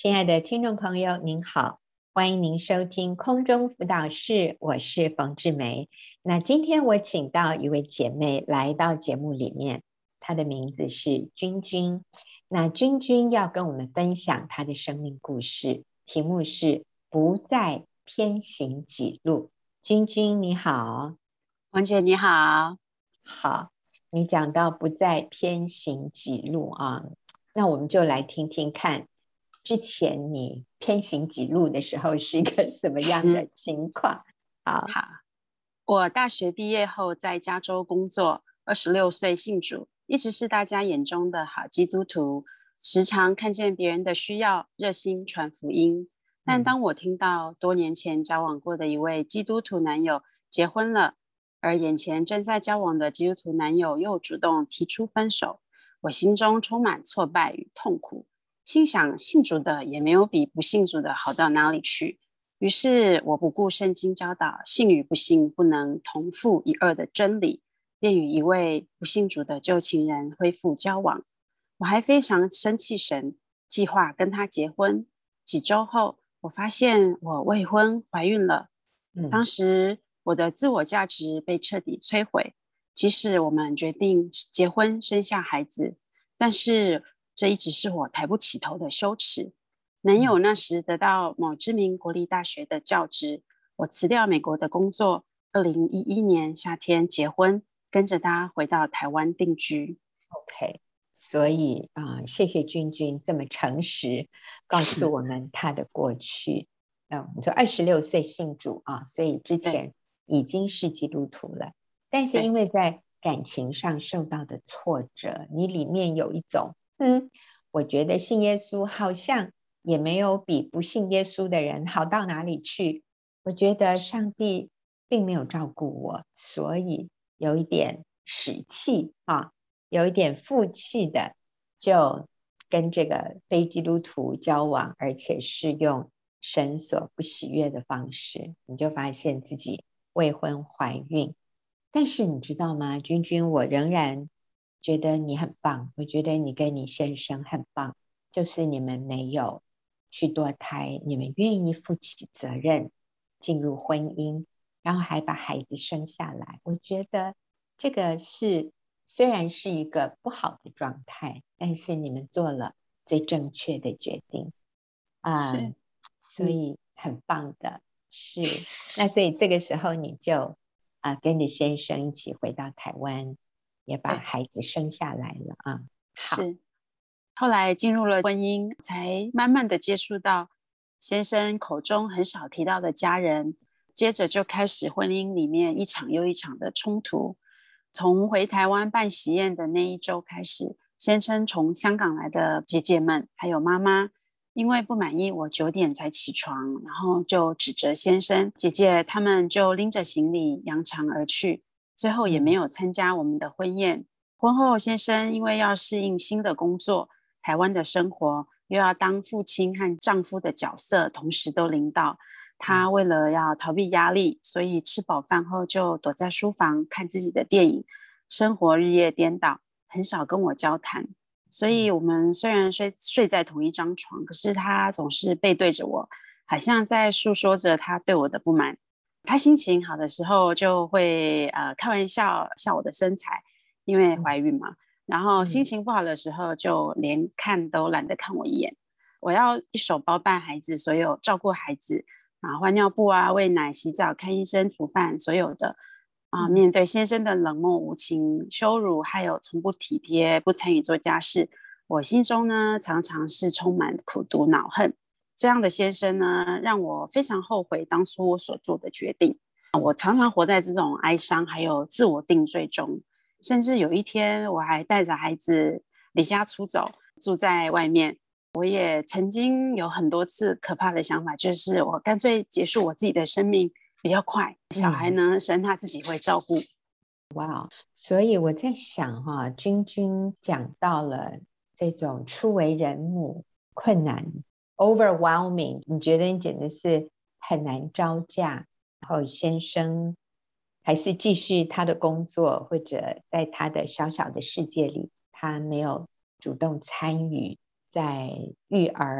亲爱的听众朋友，您好，欢迎您收听空中辅导室，我是冯志梅。那今天我请到一位姐妹来到节目里面，她的名字是君君。那君君要跟我们分享她的生命故事，题目是不再偏行己路。君君你好。 王姐你好。 好，你讲到不再偏行己路啊，那我们就来听听看，之前你偏行己路的时候是一个什么样的情况？好。 好，我大学毕业后在加州工作，26岁信主，一直是大家眼中的好基督徒，时常看见别人的需要，热心传福音。但当我听到多年前交往过的一位基督徒男友结婚了，而眼前正在交往的基督徒男友又主动提出分手，我心中充满挫败与痛苦，心想信主的也没有比不信主的好到哪里去。于是我不顾圣经教导信与不信不能同负一二的真理，便与一位不信主的旧情人恢复交往。我还非常生气神，计划跟他结婚。几周后，我发现我未婚怀孕了。当时我的自我价值被彻底摧毁，即使我们决定结婚生下孩子，但是这一直是我抬不起头的羞耻。男友那时得到某知名国立大学的教职，我辞掉美国的工作，2011年夏天结婚，跟着他回到台湾定居。 OK，所以谢谢君君这么诚实告诉我们他的过去。你说26岁信主啊，所以之前已经是基督徒了，但是因为在感情上受到的挫折，你里面有一种我觉得信耶稣好像也没有比不信耶稣的人好到哪里去，我觉得上帝并没有照顾我，所以有一点使气有一点负气的，就跟这个非基督徒交往，而且是用神所不喜悦的方式，你就发现自己未婚怀孕。但是你知道吗，君君，我仍然觉得你很棒，我觉得你跟你先生很棒，就是你们没有去堕胎，你们愿意负起责任进入婚姻，然后还把孩子生下来。我觉得这个是虽然是一个不好的状态，但是你们做了最正确的决定是， 所以很棒的是，那所以这个时候你就跟着先生一起回到台湾，也把对， 孩子生下来了啊。好。 是。后来进入了婚姻，才慢慢的接触到先生口中很少提到的家人，接着就开始婚姻里面一场又一场的冲突。从回台湾办喜宴的那一周开始，先生从香港来的姐姐们还有妈妈，因为不满意我9点才起床，然后就指责先生姐姐他们就拎着行李扬长而去，最后也没有参加我们的婚宴。婚后先生因为要适应新的工作，台湾的生活，又要当父亲和丈夫的角色同时都临到，他为了要逃避压力，所以吃饱饭后就躲在书房看自己的电影，生活日夜颠倒，很少跟我交谈。所以我们虽然睡在同一张床，可是他总是背对着我，好像在诉说着他对我的不满。他心情好的时候就会开玩笑笑我的身材，因为怀孕嘛。然后心情不好的时候就连看都懒得看我一眼。我要一手包办孩子所有照顾孩子换尿布喂奶洗澡看医生煮饭所有的面对先生的冷漠无情羞辱还有从不体贴不参与做家事，我心中呢常常是充满苦毒恼恨。这样的先生呢让我非常后悔当初我所做的决定。我常常活在这种哀伤还有自我定罪中，甚至有一天我还带着孩子离家出走，住在外面。我也曾经有很多次可怕的想法，就是我干脆结束我自己的生命比较快，小孩呢神他自己会照顾。 哇，所以我在想君君讲到了这种初为人母困难 overwhelming， 你觉得你简直是很难招架，然后先生还是继续他的工作，或者在他的小小的世界里，他没有主动参与在育儿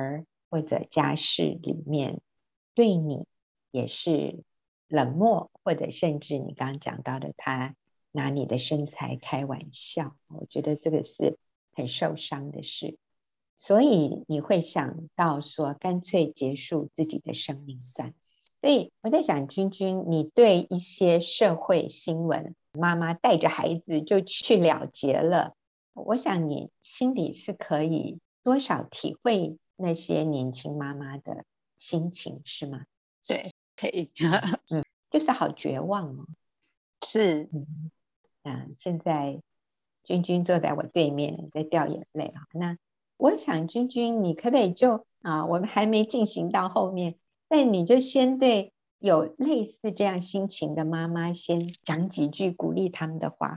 或者家事里面对你也是冷漠，或者甚至你刚刚讲到的他拿你的身材开玩笑，我觉得这个是很受伤的事，所以你会想到说干脆结束自己的生命算。所以我在想，君君，你对一些社会新闻，妈妈带着孩子就去了结了，我想你心里是可以多少体会那些年轻妈妈的心情，是吗？ 对，可以。 就是好绝望哦。 是， 现在君君坐在我对面在掉眼泪啊。那我想君君，你可不可以就我们还没进行到后面，但你就先对有类似这样心情的妈妈先讲几句鼓励他们的话。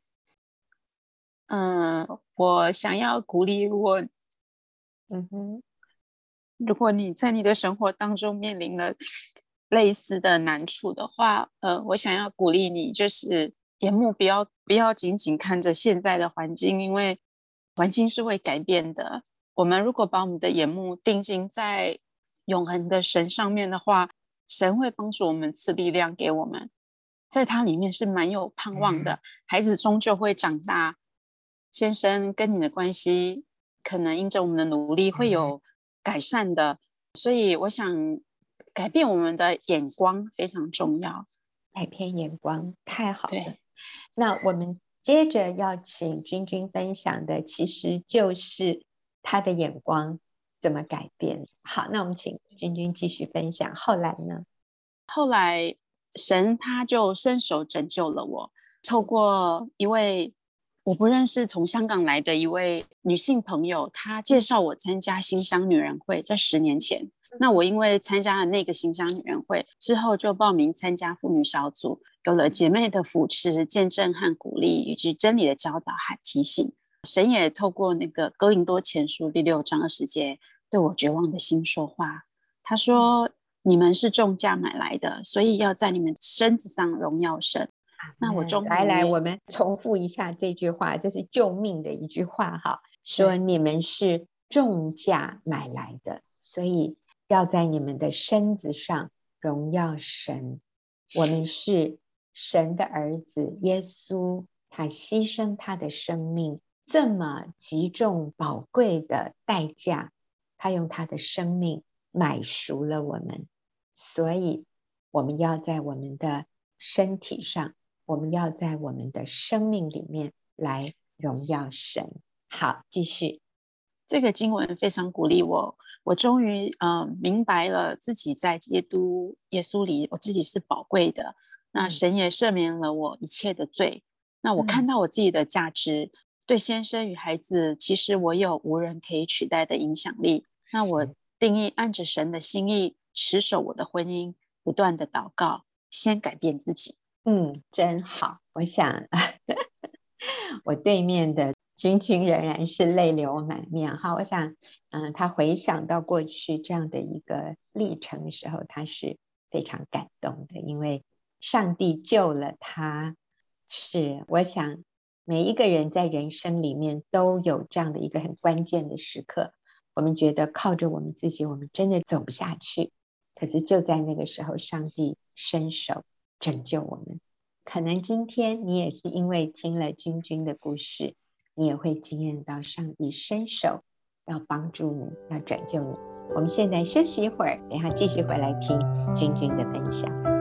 我想要鼓励， 嗯哼， 如果你在你的生活当中面临了类似的难处的话，我想要鼓励你，就是眼目不要仅仅看着现在的环境，因为环境是会改变的。我们如果把我们的眼目定睛在永恒的神上面的话，神会帮助我们赐力量给我们，在它里面是蛮有盼望的。孩子终究会长大，先生跟你的关系可能因着我们的努力会有改善的，所以我想改变我们的眼光非常重要。 改变眼光，太好了。 对， 那我们接着要请君君分享的，其实就是他的眼光怎么改变。好，那我们请君君继续分享。后来呢？ 后来神他就伸手拯救了我，透过一位我不认识从香港来的一位女性朋友，她介绍我参加新乡女人会，在10年前。那我因为参加了那个新乡女人会之后，就报名参加妇女小组，有了姐妹的扶持、见证和鼓励，以及真理的教导和提醒。神也透过那个哥林多前书第6章20节，对我绝望的心说话。他说：你们是重价买来的，所以要在你们身子上荣耀神。那我终来，我于们重复一下这句话，这是救命的一句话哈，说对你们是重价买来的，所以要在你们的身子上荣耀神。我们是神的儿子，耶稣他牺牲他的生命，这么极重宝贵的代价，他用他的生命买赎了我们，所以我们要在我们的身体上，我们要在我们的生命里面来荣耀神。好，继续。 这个经文非常鼓励我，我终于明白了自己在耶稣里，我自己是宝贵的。那神也赦免了我一切的罪。那我看到我自己的价值，对先生与孩子，其实我有无人可以取代的影响力。那我定义按着神的心意，持守我的婚姻，不断的祷告，先改变自己。 真好。我想我对面的君君仍然是泪流满面哈。我想他回想到过去这样的一个历程的时候，他是非常感动的，因为上帝救了他。是，我想每一个人在人生里面都有这样的一个很关键的时刻，我们觉得靠着我们自己我们真的走不下去，可是就在那个时候上帝伸手拯救我们。可能今天你也是因为听了君君的故事，你也会经验到上帝伸手要帮助你，要拯救你。我们现在休息一会儿，等一下继续回来听君君的分享。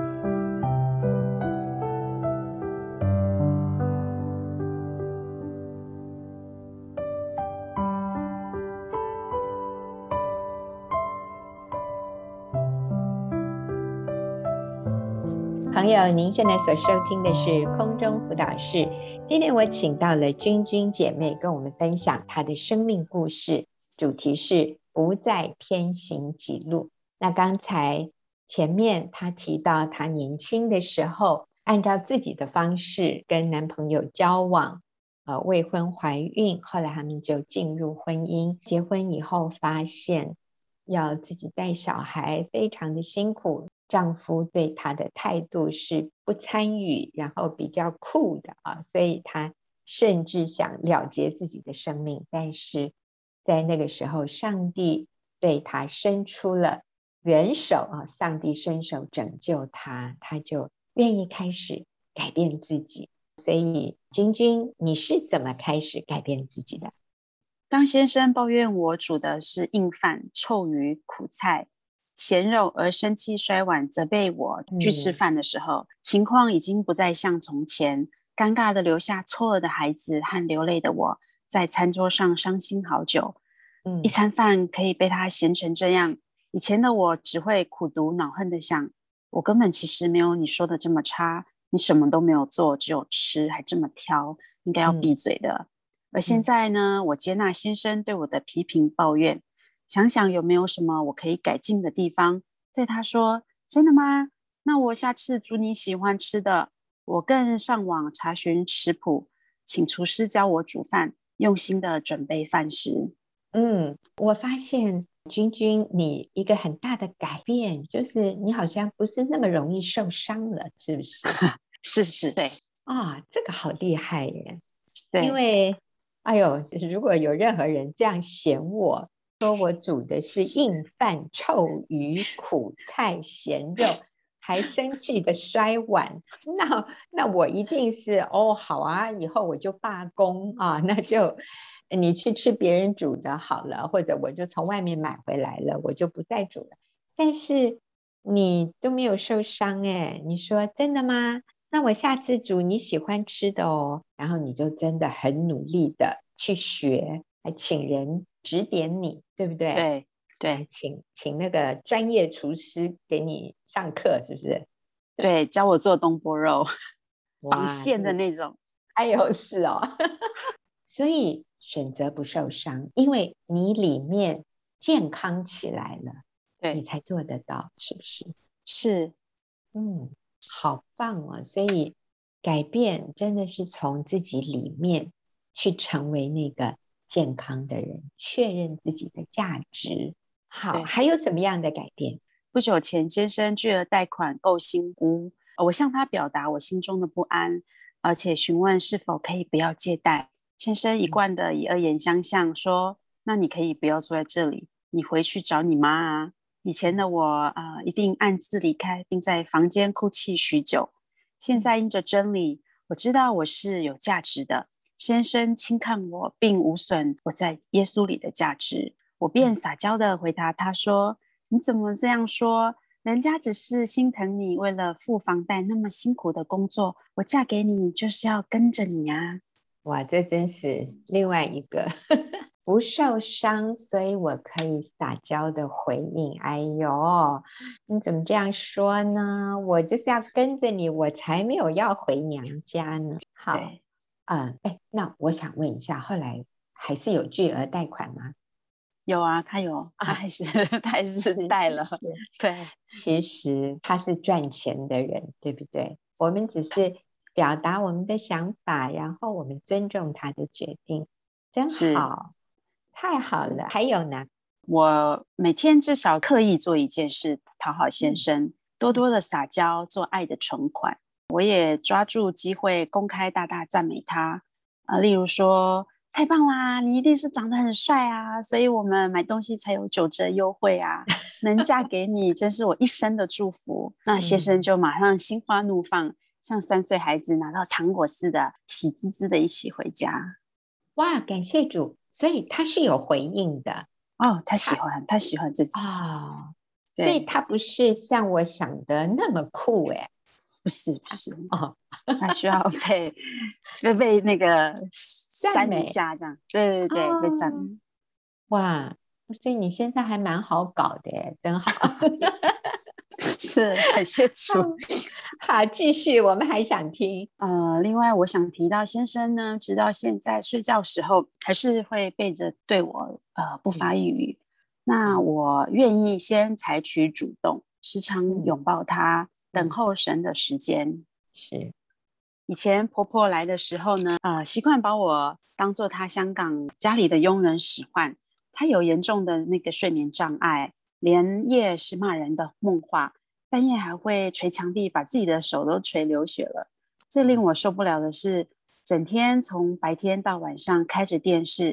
朋友，您现在所收听的是空中辅导室。今天我请到了君君姐妹跟我们分享她的生命故事，主题是不再偏行己路。那刚才前面她提到她年轻的时候按照自己的方式跟男朋友交往，未婚怀孕，后来他们就进入婚姻，结婚以后发现要自己带小孩非常的辛苦，丈夫对她的态度是不参与，然后比较酷的所以她甚至想了结自己的生命。但是在那个时候，上帝对他伸出了援手啊，上帝伸手拯救他，他就愿意开始改变自己。所以君君，你是怎么开始改变自己的？ 当先生抱怨我煮的是硬饭、臭鱼、苦菜、咸肉而生气摔碗责备我去吃饭的时候，情况已经不再像从前，尴尬的留下错愕的孩子和流泪的我在餐桌上伤心好久。一餐饭可以被他咸成这样，以前的我只会苦毒恼恨的想，我根本其实没有你说的这么差，你什么都没有做，只有吃还这么挑，应该要闭嘴的。而现在呢，我接纳先生对我的批评抱怨，想想有没有什么我可以改进的地方，对他说，真的吗？那我下次煮你喜欢吃的。我更上网查询食谱，请厨师教我煮饭，用心的准备饭食。 我发现君君你一个很大的改变，就是你好像不是那么容易受伤了，是不是？ 是不是？对啊，这个好厉害耶！因对为，哎呦，如果有任何人这样嫌我，说我煮的是硬饭、臭鱼、苦菜、咸肉，还生气的摔碗，那我一定是哦，好啊，以后我就罢工啊，那就你去吃别人煮的好了，或者我就从外面买回来了，我就不再煮了。但是你都没有受伤哎，你说真的吗？那我下次煮你喜欢吃的哦，然后你就真的很努力的去学，还请人指点你，对不对？ 对对请那个专业厨师给你上课，是不是？ 对，教我做东坡肉，绑哇， 线的那种。 哎呦是哦，所以选择不受伤，因为你里面健康起来了，你对， 才做得到，是不是？ 是嗯，好棒哦！所以改变真的是从自己里面去成为那个健康的人，确认自己的价值。好， 对。 还有什么样的改变？ 不久前，先生巨额贷款购新屋，我向他表达我心中的不安，而且询问是否可以不要借贷。先生一贯的以恶言相向，说：“那你可以不要坐在这里，你回去找你妈啊。”以前的我一定暗自离开，并在房间哭泣许久。现在因着真理，我知道我是有价值的。先生轻看我，并无损我在耶稣里的价值。我便撒娇的回答他说：你怎么这样说？人家只是心疼你，为了付房贷那么辛苦的工作，我嫁给你就是要跟着你啊。 哇，这真是另外一个不受伤，所以我可以撒娇的回应。哎呦，你怎么这样说呢？我就是要跟着你，我才没有要回娘家呢。好， 对， 那我想问一下，后来还是有巨额贷款吗？ 有啊，他有，他啊， 还是他还是是带了。 是是， 对， 其实他是赚钱的人，对不对？我们只是表达我们的想法，然后我们尊重他的决定，真是好，太好是， 了。还有呢？ 我每天至少刻意做一件事讨好先嗯生，多多的撒娇，做爱的存款。我也抓住机会公开大大赞美他，例如说，太棒啦，你一定是长得很帅啊，所以我们买东西才有9折优惠啊，能嫁给你真是我一生的祝福。那先生嗯， 就马上心花怒放，像3岁孩子拿到糖果似的，喜滋滋的一起回家。 哇，感谢主，所以他是有回应的。 哦，他喜他欢，他喜欢这， 啊，所以对， 他不是像我想的那么酷诶。 不是不是， 哦， 他需要被那个扇一赞美下这样，对对对，被赞啊， 美。 哇，所以你现在还蛮好搞的耶，真好。 是感谢主。 好，继续，我们还想听。 另外我想提到先生呢，直到现在睡觉时候还是会背着对我不发一语。那嗯我愿意先采取主动，时常嗯拥抱他，等嗯， 候神的时间。 是， 以前婆婆来的时候呢，习惯把我当做她香港家里的佣人使唤。她有严重的那个睡眠障碍，连夜是骂人的梦话，半夜还会捶墙壁，把自己的手都捶流血了。最令我受不了的是，整天从白天到晚上开着电视，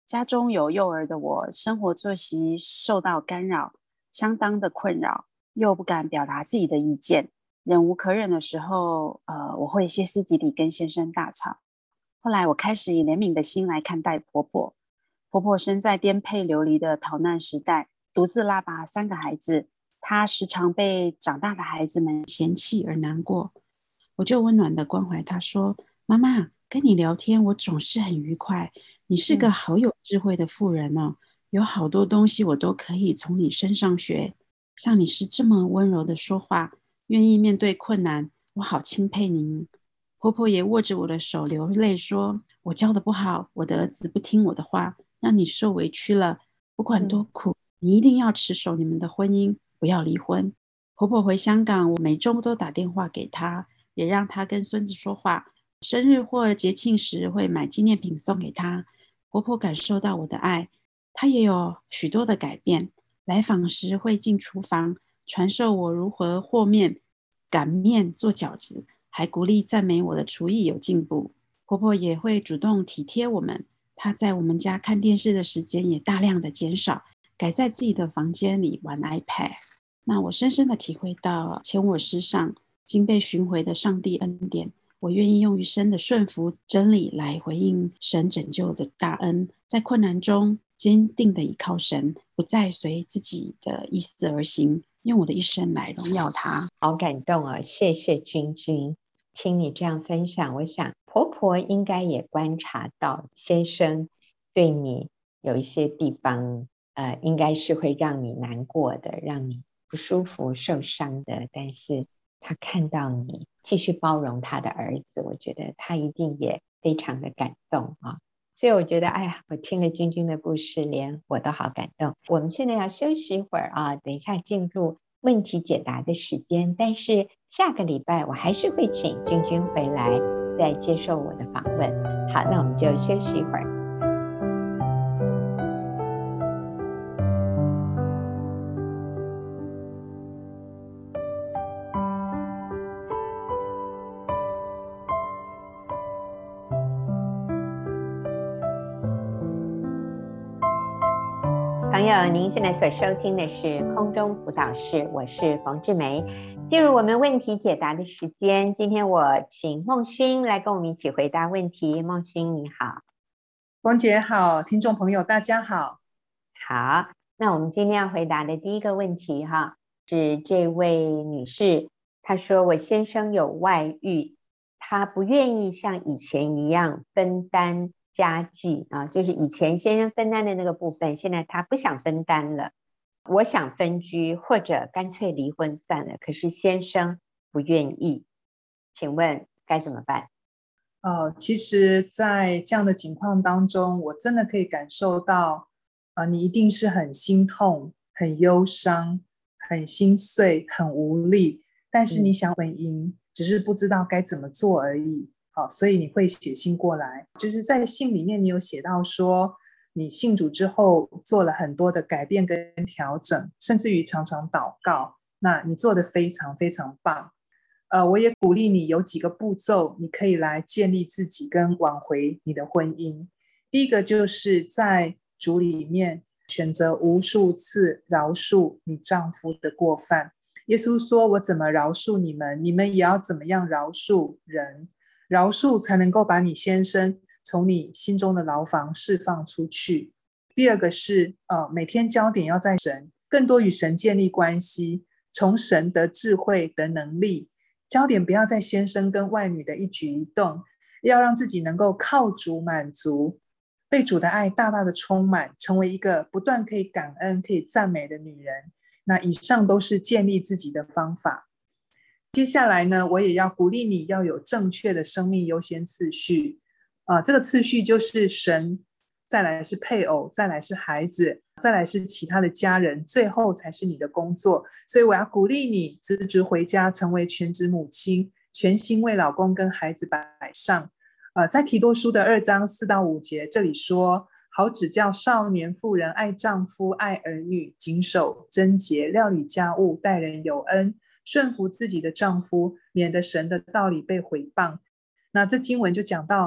家中有幼儿的我，生活作息受到干扰，相当的困扰，又不敢表达自己的意见，忍无可忍的时候，我会歇斯底里跟先生大吵。后来我开始以怜悯的心来看待婆婆。婆婆身在颠沛流离的逃难时代，独自拉拔3个孩子，她时常被长大的孩子们嫌弃而难过。我就温暖的关怀她说，妈妈，跟你聊天我总是很愉快，你是个好有智慧的妇人哦，有好多东西我都可以从你身上学，像你是这么温柔的说话，愿意面对困难，我好钦佩您。婆婆也握着我的手流泪说，我教的不好，我的儿子不听我的话，让你受委屈了，不管多苦，你一定要持守你们的婚姻，不要离婚。婆婆回香港，我每周都打电话给她，也让她跟孙子说话，生日或节庆时会买纪念品送给她。婆婆感受到我的爱，她也有许多的改变，来访时会进厨房传授我如何和面、擀面、做饺子，还鼓励赞美我的厨艺有进步。婆婆也会主动体贴我们，她在我们家看电视的时间也大量的减少，改在自己的房间里玩 iPad。那我深深的体会到前我世上经被寻回的上帝恩典，我愿意用余生的顺服真理来回应神拯救的大恩，在困难中坚定的依靠神，不再随自己的意思而行，用我的一生来荣耀他。 好感动哦，谢谢君君。听你这样分享，我想婆婆应该也观察到先生对你有一些地方应该是会让你难过的，让你不舒服受伤的，但是他看到你继续包容他的儿子，我觉得他一定也非常的感动啊。所以我觉得哎呀，我听了君君的故事，连我都好感动。我们现在要休息一会儿啊，等一下进入问题解答的时间，但是下个礼拜我还是会请君君回来再接受我的访问。好，那我们就休息一会儿。朋友，您现在所收听的是空中辅导室，我是冯志梅。进入我们问题解答的时间，今天我请孟勋来跟我们一起回答问题。孟勋你好。 冯姐好，听众朋友大家好。 好，那我们今天要回答的第一个问题哈，是这位女士，她说我先生有外遇，他不愿意像以前一样分担家计啊，就是以前先生分担的那个部分，现在他不想分担了。我想分居或者干脆离婚算了，可是先生不愿意，请问该怎么办？ 其实在这样的情况当中，我真的可以感受到你一定是很心痛、很忧伤、很心碎、很无力，但是你想婚姻，只是不知道该怎么做而已。所以你会写信过来，就是在信里面你有写到说，你信主之后做了很多的改变跟调整，甚至于常常祷告，那你做得非常非常棒。我也鼓励你有几个步骤，你可以来建立自己跟挽回你的婚姻。第一个就是在主里面选择无数次饶恕你丈夫的过犯。耶稣说，我怎么饶恕你们，你们也要怎么样饶恕人，饶恕才能够把你先生从你心中的牢房释放出去。第二个是每天焦点要在神，更多与神建立关系，从神得智慧得能力，焦点不要在先生跟外女的一举一动，要让自己能够靠主满足，被主的爱大大的充满，成为一个不断可以感恩可以赞美的女人。那以上都是建立自己的方法。接下来呢，我也要鼓励你要有正确的生命优先次序。这个次序就是神，再来是配偶，再来是孩子，再来是其他的家人，最后才是你的工作。所以我要鼓励你辞职回家，成为全职母亲，全心为老公跟孩子摆上。在提多书的2章4到5节，这里说，好指教少年妇人爱丈夫爱儿女，谨守贞洁，料理家务，待人有恩，顺服自己的丈夫，免得神的道理被毁谤。那这经文就讲到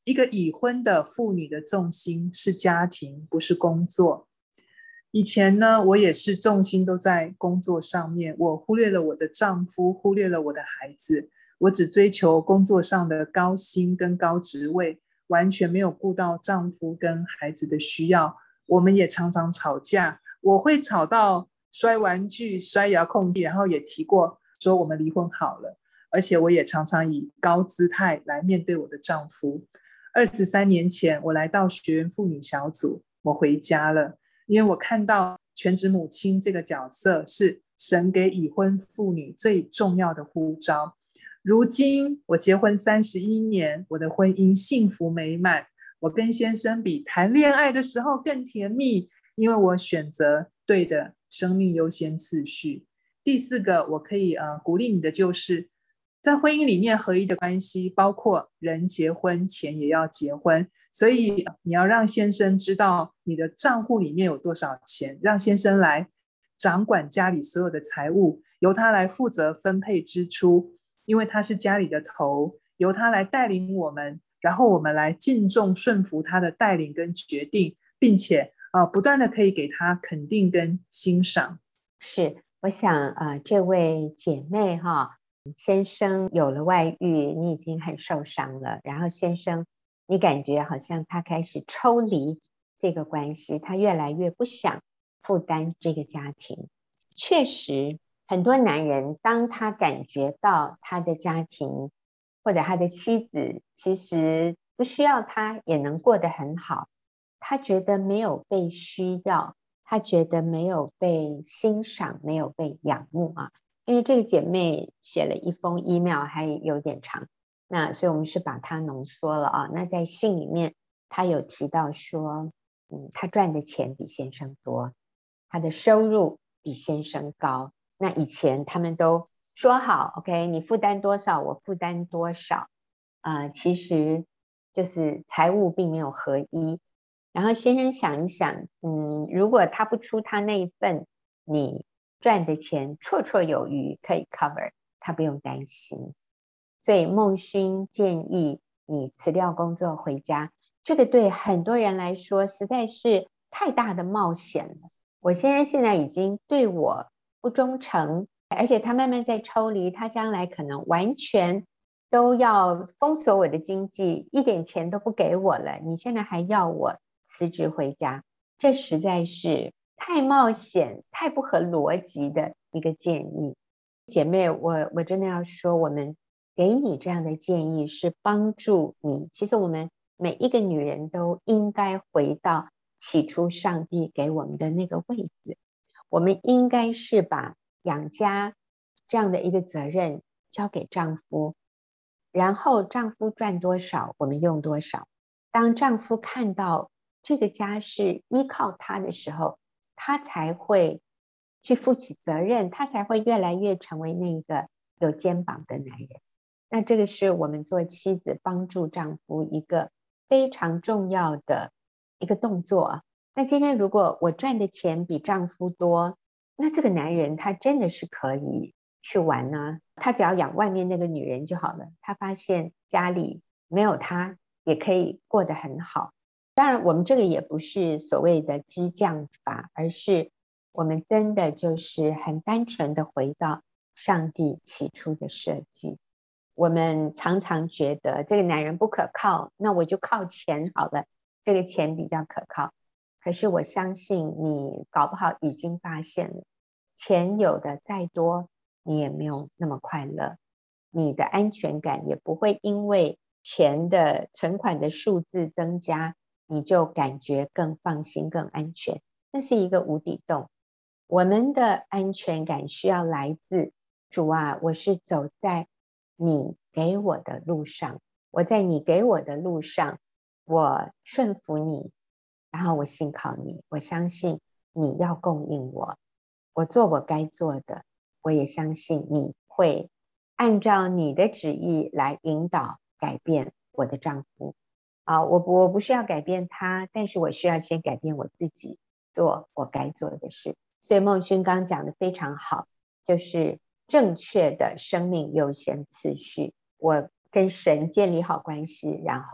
一个已婚的妇女的重心是家庭，不是工作。以前呢，我也是重心都在工作上面，我忽略了我的丈夫，忽略了我的孩子，我只追求工作上的高薪跟高职位，完全没有顾到丈夫跟孩子的需要。我们也常常吵架，我会吵到摔玩具、摔遥控器，然后也提过说我们离婚好了。而且我也常常以高姿态来面对我的丈夫。23年前，我来到学员妇女小组，我回家了。因为我看到全职母亲这个角色是神给已婚妇女最重要的呼召。如今我结婚31年，我的婚姻幸福美满，我跟先生比谈恋爱的时候更甜蜜，因为我选择对的生命优先次序。第四个我可以鼓励你的就是在婚姻里面合一的关系，包括人结婚前也要结婚，所以你要让先生知道你的账户里面有多少钱，让先生来掌管家里所有的财务，由他来负责分配支出，因为他是家里的头，由他来带领我们，然后我们来敬重顺服他的带领跟决定，并且不断的可以给他肯定跟欣赏。 是，我想这位姐妹哈，先生有了外遇，你已经很受伤了，然后先生你感觉好像他开始抽离这个关系，他越来越不想负担这个家庭。确实很多男人当他感觉到他的家庭或者他的妻子其实不需要他也能过得很好，他觉得没有被需要，他觉得没有被欣赏，没有被仰慕啊。因为这个姐妹写了一封 email 还有点长，那所以我们是把它浓缩了啊。那在信里面她有提到说她赚的钱比先生多，她的收入比先生高，那以前他们都说好 OK 你负担多少我负担多少，其实就是财务并没有合一。然后先生想一想如果他不出他那一份，你赚的钱绰绰有余可以 cover， 他不用担心。所以孟勋建议你辞掉工作回家，这个对很多人来说实在是太大的冒险了。我先生现在已经对我不忠诚，而且他慢慢在抽离，他将来可能完全都要封锁我的经济，一点钱都不给我了，你现在还要我辞职回家，这实在是太冒险太不合逻辑的一个建议。姐妹，我真的要说，我们给你这样的建议是帮助你，其实我们每一个女人都应该回到起初上帝给我们的那个位置，我们应该是把养家这样的一个责任交给丈夫，然后丈夫赚多少我们用多少。当丈夫看到这个家是依靠他的时候，他才会去负起责任，他才会越来越成为那个有肩膀的男人。那这个是我们做妻子帮助丈夫一个非常重要的一个动作。那今天如果我赚的钱比丈夫多，那这个男人他真的是可以去玩啊，他只要养外面那个女人就好了，他发现家里没有他也可以过得很好。当然我们这个也不是所谓的激将法，而是我们真的就是很单纯的回到上帝起初的设计。我们常常觉得这个男人不可靠，那我就靠钱好了，这个钱比较可靠。可是我相信你搞不好已经发现了，钱有的再多你也没有那么快乐，你的安全感也不会因为钱的存款的数字增加你就感觉更放心更安全，那是一个无底洞。我们的安全感需要来自主啊，我是走在你给我的路上，我在你给我的路上，我顺服你，然后我信靠你，我相信你要供应我，我做我该做的，我也相信你会按照你的旨意来引导改变我的丈夫我不需要改变他，但是我需要先改变我自己，做我该做的事。所以孟勋刚讲的非常好，就是正确的生命优先次序，我跟神建立好关系，然后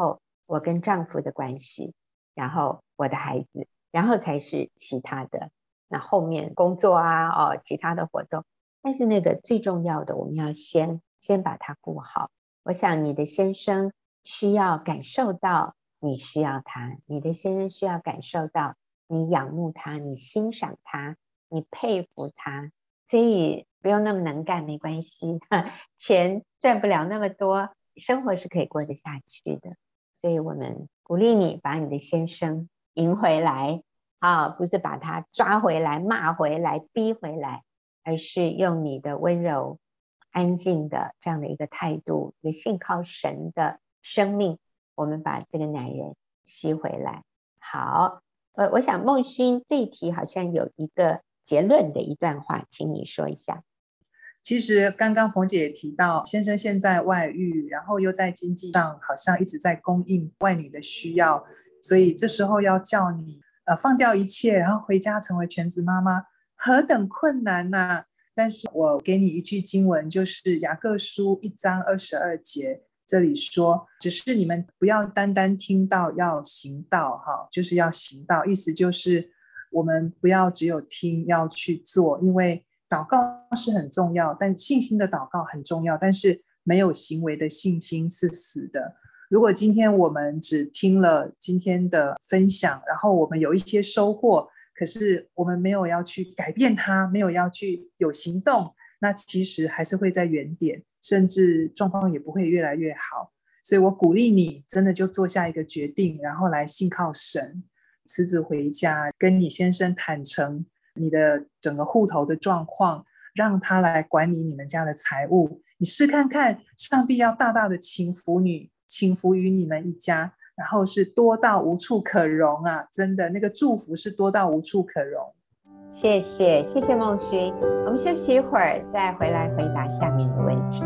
我跟丈夫的关系，然后我的孩子，然后才是其他的，那后面工作啊，其他的活动。但是那个最重要的，我们要先把它顾好。我想你的先生需要感受到你需要他，你的先生需要感受到你仰慕他，你欣赏他，你佩服他。所以不用那么能干没关系，钱赚不了那么多，生活是可以过得下去的。所以我们鼓励你把你的先生赢回来啊，不是把他抓回来、骂回来、逼回来，而是用你的温柔、安静的这样的一个态度，一个信靠神的生命，我们把这个男人吸回来。好，我想孟勋这一题好像有一个结论的一段话，请你说一下。 其实刚刚冯姐也提到，先生现在外遇，然后又在经济上好像一直在供应外女的需要，所以这时候要叫你放掉一切，然后回家成为全职妈妈，何等困难啊。但是我给你一句经文，就是雅各书1章22节，这里说，只是你们不要单单听到，要行道，就是要行道，意思就是我们不要只有听，要去做，因为祷告是很重要，但信心的祷告很重要，但是没有行为的信心是死的。如果今天我们只听了今天的分享，然后我们有一些收获，可是我们没有要去改变它，没有要去有行动，那其实还是会在原点，甚至状况也不会越来越好。所以我鼓励你真的就做下一个决定，然后来信靠神，辞职回家，跟你先生坦诚你的整个户头的状况，让他来管理你们家的财务。你试看看，上帝要大大的倾福于你们一家，然后是多到无处可容啊！真的，那个祝福是多到无处可容。 谢谢孟勋，我们休息一会儿，再回来回答下面的问题。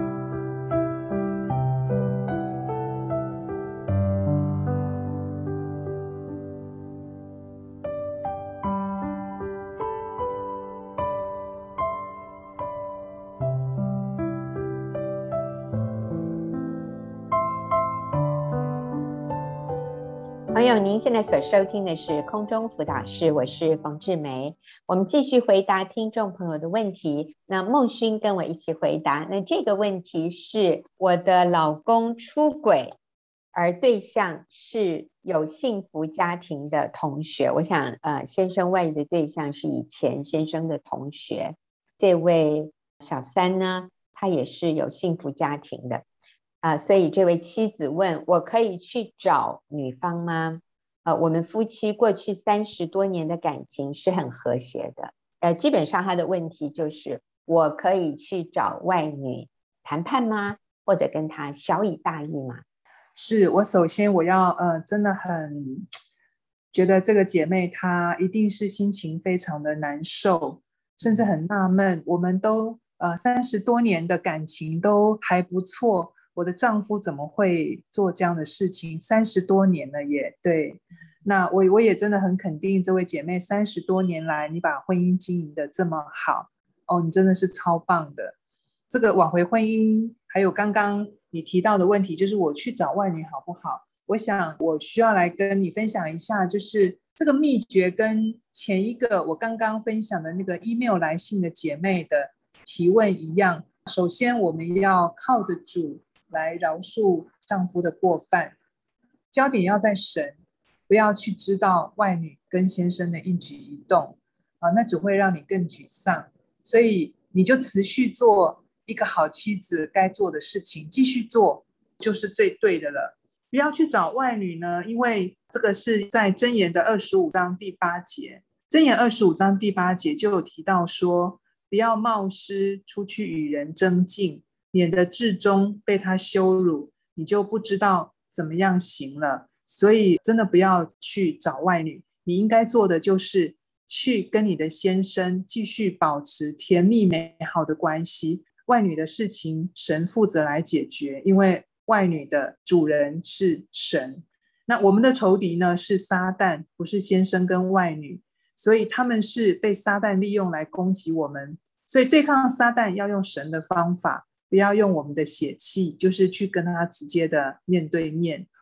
朋友，您现在所收听的是空中辅导室，我是冯志梅。我们继续回答听众朋友的问题。那孟勋跟我一起回答。那这个问题是我的老公出轨，而对象是有幸福家庭的同学。我想先生外遇的对象是以前先生的同学。这位小三呢，他也是有幸福家庭的。所以这位妻子问，我可以去找女方吗？我们夫妻过去30多年的感情是很和谐的。基本上他的问题就是，我可以去找外女谈判吗？或者跟他小以大义吗？ 是，我首先我要真的很觉得这个姐妹她一定是心情非常的难受，甚至很纳闷，我们都30多年的感情都还不错，我的丈夫怎么会做这样的事情？30多年了也对。那我也真的很肯定这位姐妹30多年来你把婚姻经营的这么好，你真的是超棒的。这个挽回婚姻还有刚刚你提到的问题，就是我去找外女好不好？我想我需要来跟你分享一下，就是这个秘诀跟前一个我刚刚分享的那个 email 来信的姐妹的提问一样。首先我们要靠着主来饶恕丈夫的过犯，焦点要在神，不要去知道外女跟先生的一举一动那只会让你更沮丧。所以你就持续做一个好妻子该做的事情，继续做就是最对的了。不要去找外女呢，因为这个是在箴言的25章第8节，箴言25章第8节就有提到说，不要冒失出去与人争竞，免得至终被他羞辱，你就不知道怎么样行了。所以真的不要去找外女，你应该做的就是去跟你的先生继续保持甜蜜美好的关系。外女的事情神负责来解决，因为外女的主人是神。那我们的仇敌呢是撒旦，不是先生跟外女，所以他们是被撒旦利用来攻击我们。所以对抗撒旦要用神的方法，不要用我们的血气，就是去跟他直接的面对面。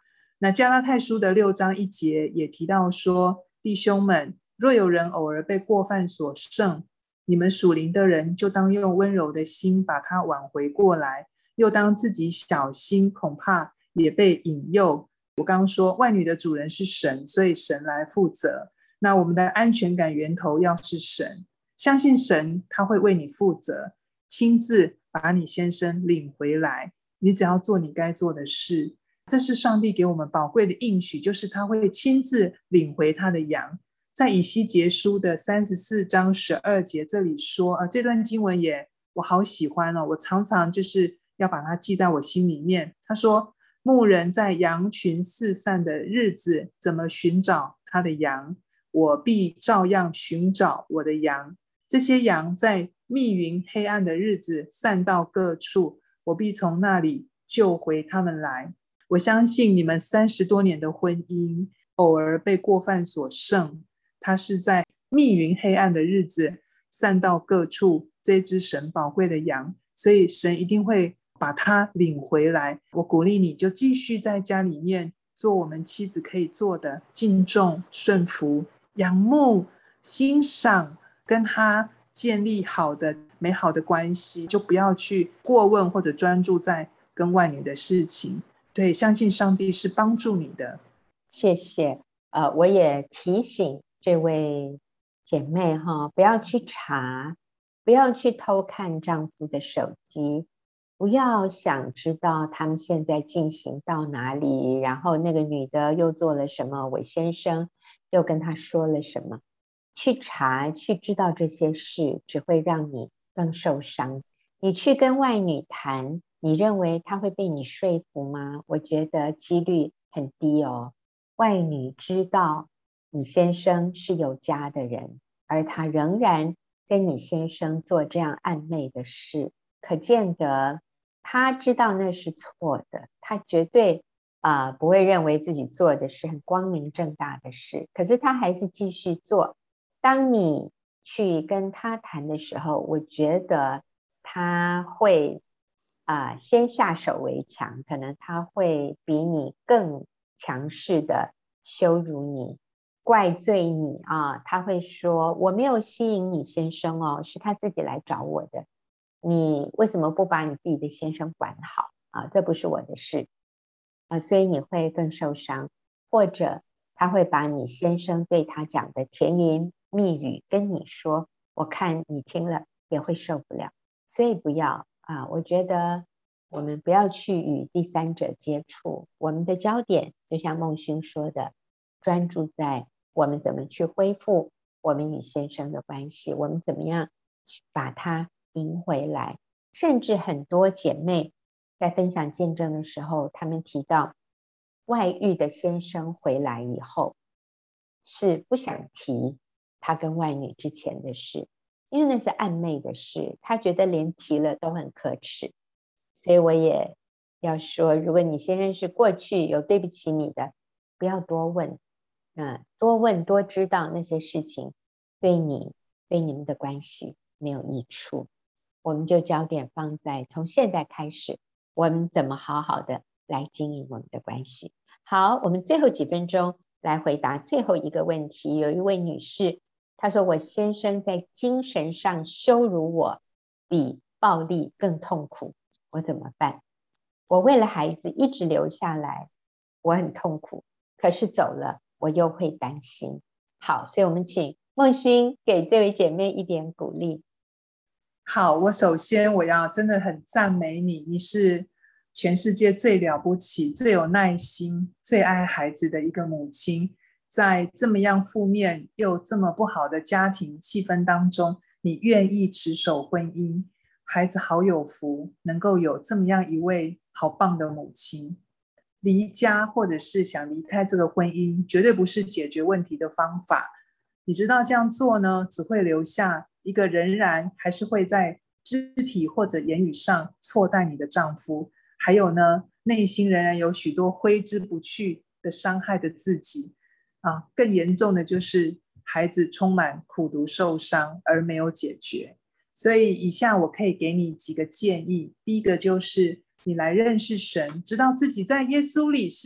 那加拉太书的6章1节也提到说，弟兄们，若有人偶尔被过犯所胜，你们属灵的人就当用温柔的心把他挽回过来，又当自己小心，恐怕也被引诱。我刚刚说外女的主人是神，所以神来负责。那我们的安全感源头要是神，相信神他会为你负责，亲自把你先生领回来，你只要做你该做的事。这是上帝给我们宝贵的应许，就是他会亲自领回他的羊。在以西结书的34章12节这里说，这段经文我好喜欢哦，我常常就是要把它记在我心里面。他说，牧人在羊群四散的日子怎么寻找他的羊，我必照样寻找我的羊。这些羊在密云黑暗的日子散到各处，我必从那里救回他们来。我相信你们30多年的婚姻偶尔被过犯所胜，它是在密云黑暗的日子散到各处，这只神宝贵的羊，所以神一定会把它领回来。我鼓励你就继续在家里面做我们妻子可以做的，敬重、顺服、仰慕、欣赏，跟他建立好的美好的关系，就不要去过问或者专注在跟外女的事情。对，相信上帝是帮助你的。 谢谢。我也提醒这位姐妹不要去查，不要去偷看丈夫的手机，不要想知道他们现在进行到哪里，然后那个女的又做了什么，我先生又跟她说了什么。去查去知道这些事，只会让你更受伤。你去跟外女谈，你认为她会被你说服吗？我觉得几率很低哦。外女知道你先生是有家的人，而她仍然跟你先生做这样暧昧的事，可见得她知道那是错的，她绝对不会认为自己做的是很光明正大的事，可是她还是继续做。当你去跟她谈的时候，我觉得他会先下手为强，可能他会比你更强势的羞辱你，怪罪你他会说我没有吸引你先生哦，是他自己来找我的，你为什么不把你自己的先生管好这不是我的事所以你会更受伤。或者他会把你先生对他讲的甜言蜜语跟你说，我看你听了也会受不了。所以不要我觉得我们不要去与第三者接触，我们的焦点就像孟勋说的，专注在我们怎么去恢复我们与先生的关系，我们怎么样把他赢回来。甚至很多姐妹在分享见证的时候，她们提到外遇的先生回来以后是不想提他跟外女之前的事，因为那是暧昧的事，他觉得连提了都很可耻。所以我也要说，如果你先生是过去有对不起你的，不要多问多问多知道那些事情对你对你们的关系没有益处。我们就焦点放在从现在开始我们怎么好好的来经营我们的关系。好，我们最后几分钟来回答最后一个问题。有一位女士她说，我先生在精神上羞辱我，比暴力更痛苦，我怎么办？我为了孩子一直留下来，我很痛苦，可是走了我又会担心。好，所以我们请孟勋给这位姐妹一点鼓励。 好，我首先我要真的很赞美你，你是全世界最了不起、最有耐心、最爱孩子的一个母亲。在这么样负面又这么不好的家庭气氛当中，你愿意持守婚姻，孩子好有福，能够有这么样一位好棒的母亲。离家或者是想离开这个婚姻，绝对不是解决问题的方法。你知道这样做呢，只会留下一个仍然还是会在肢体或者言语上错待你的丈夫，还有呢，内心仍然有许多挥之不去的伤害的自己更严重的就是孩子充满苦毒受伤而没有解决。所以以下我可以给你几个建议。第一个就是你来认识神，知道自己在耶稣里是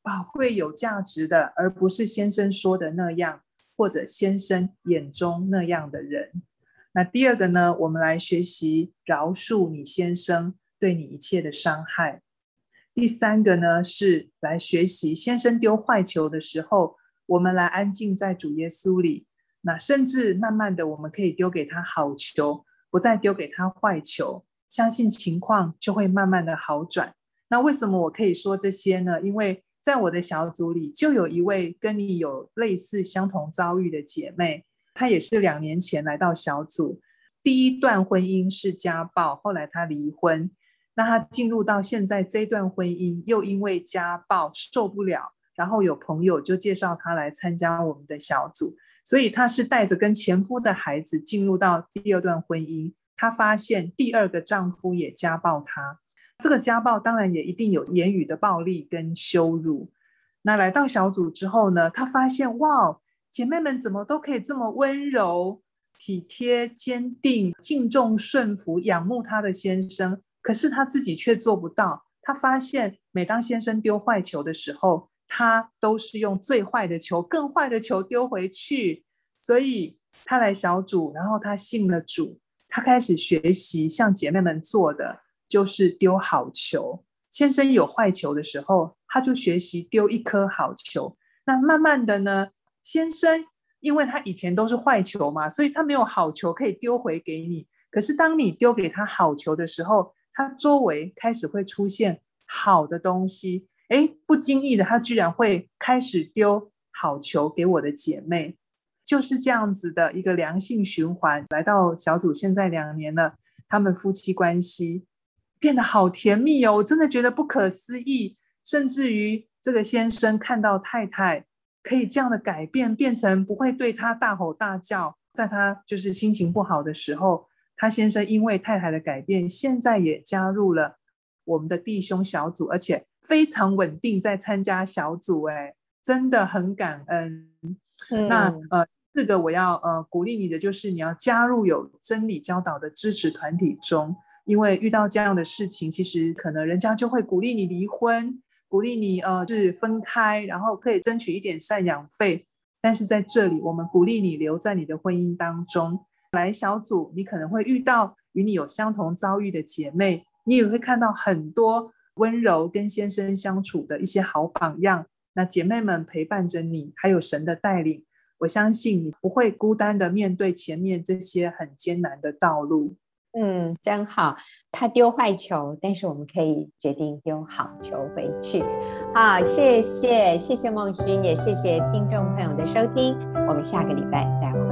宝贵有价值的，而不是先生说的那样，或者先生眼中那样的人。那第二个呢，我们来学习饶恕你先生对你一切的伤害。第三个呢，是来学习先生丢坏球的时候，我们来安静在主耶稣里，那甚至慢慢的我们可以丢给他好球，不再丢给他坏球，相信情况就会慢慢的好转。那为什么我可以说这些呢？因为在我的小组里就有一位跟你有类似相同遭遇的姐妹，她也是2年前来到小组，第一段婚姻是家暴，后来她离婚，那她进入到现在这段婚姻，又因为家暴受不了，然后有朋友就介绍她来参加我们的小组，所以她是带着跟前夫的孩子进入到第二段婚姻，她发现第二个丈夫也家暴她，这个家暴当然也一定有言语的暴力跟羞辱。那来到小组之后呢，她发现哇，姐妹们怎么都可以这么温柔体贴坚定敬重顺服仰慕她的先生，可是她自己却做不到。她发现每当先生丢坏球的时候，她都是用最坏的球更坏的球丢回去。所以她来小组，然后她信了主，她开始学习像姐妹们做的，就是丢好球。先生有坏球的时候，她就学习丢一颗好球。那慢慢的呢，先生因为他以前都是坏球嘛，所以他没有好球可以丢回给你，可是当你丢给他好球的时候，他周围开始会出现好的东西，不经意的他居然会开始丢好球给我的姐妹，就是这样子的一个良性循环。来到小组现在2年了，他们夫妻关系变得好甜蜜哦，我真的觉得不可思议，甚至于这个先生看到太太可以这样的改变，变成不会对他大吼大叫，在他就是心情不好的时候，他先生因为太太的改变，现在也加入了我们的弟兄小组，而且非常稳定在参加小组，真的很感恩。那这个我要鼓励你的就是你要加入有真理教导的支持团体中，因为遇到这样的事情，其实可能人家就会鼓励你离婚，鼓励你就是分开，然后可以争取一点赡养费，但是在这里我们鼓励你留在你的婚姻当中。来小组你可能会遇到与你有相同遭遇的姐妹，你也会看到很多温柔跟先生相处的一些好榜样，那姐妹们陪伴着你，还有神的带领，我相信你不会孤单的面对前面这些很艰难的道路。 真好，他丢坏球，但是我们可以决定丢好球回去。好，谢谢梦勋，也谢谢听众朋友的收听，我们下个礼拜再会。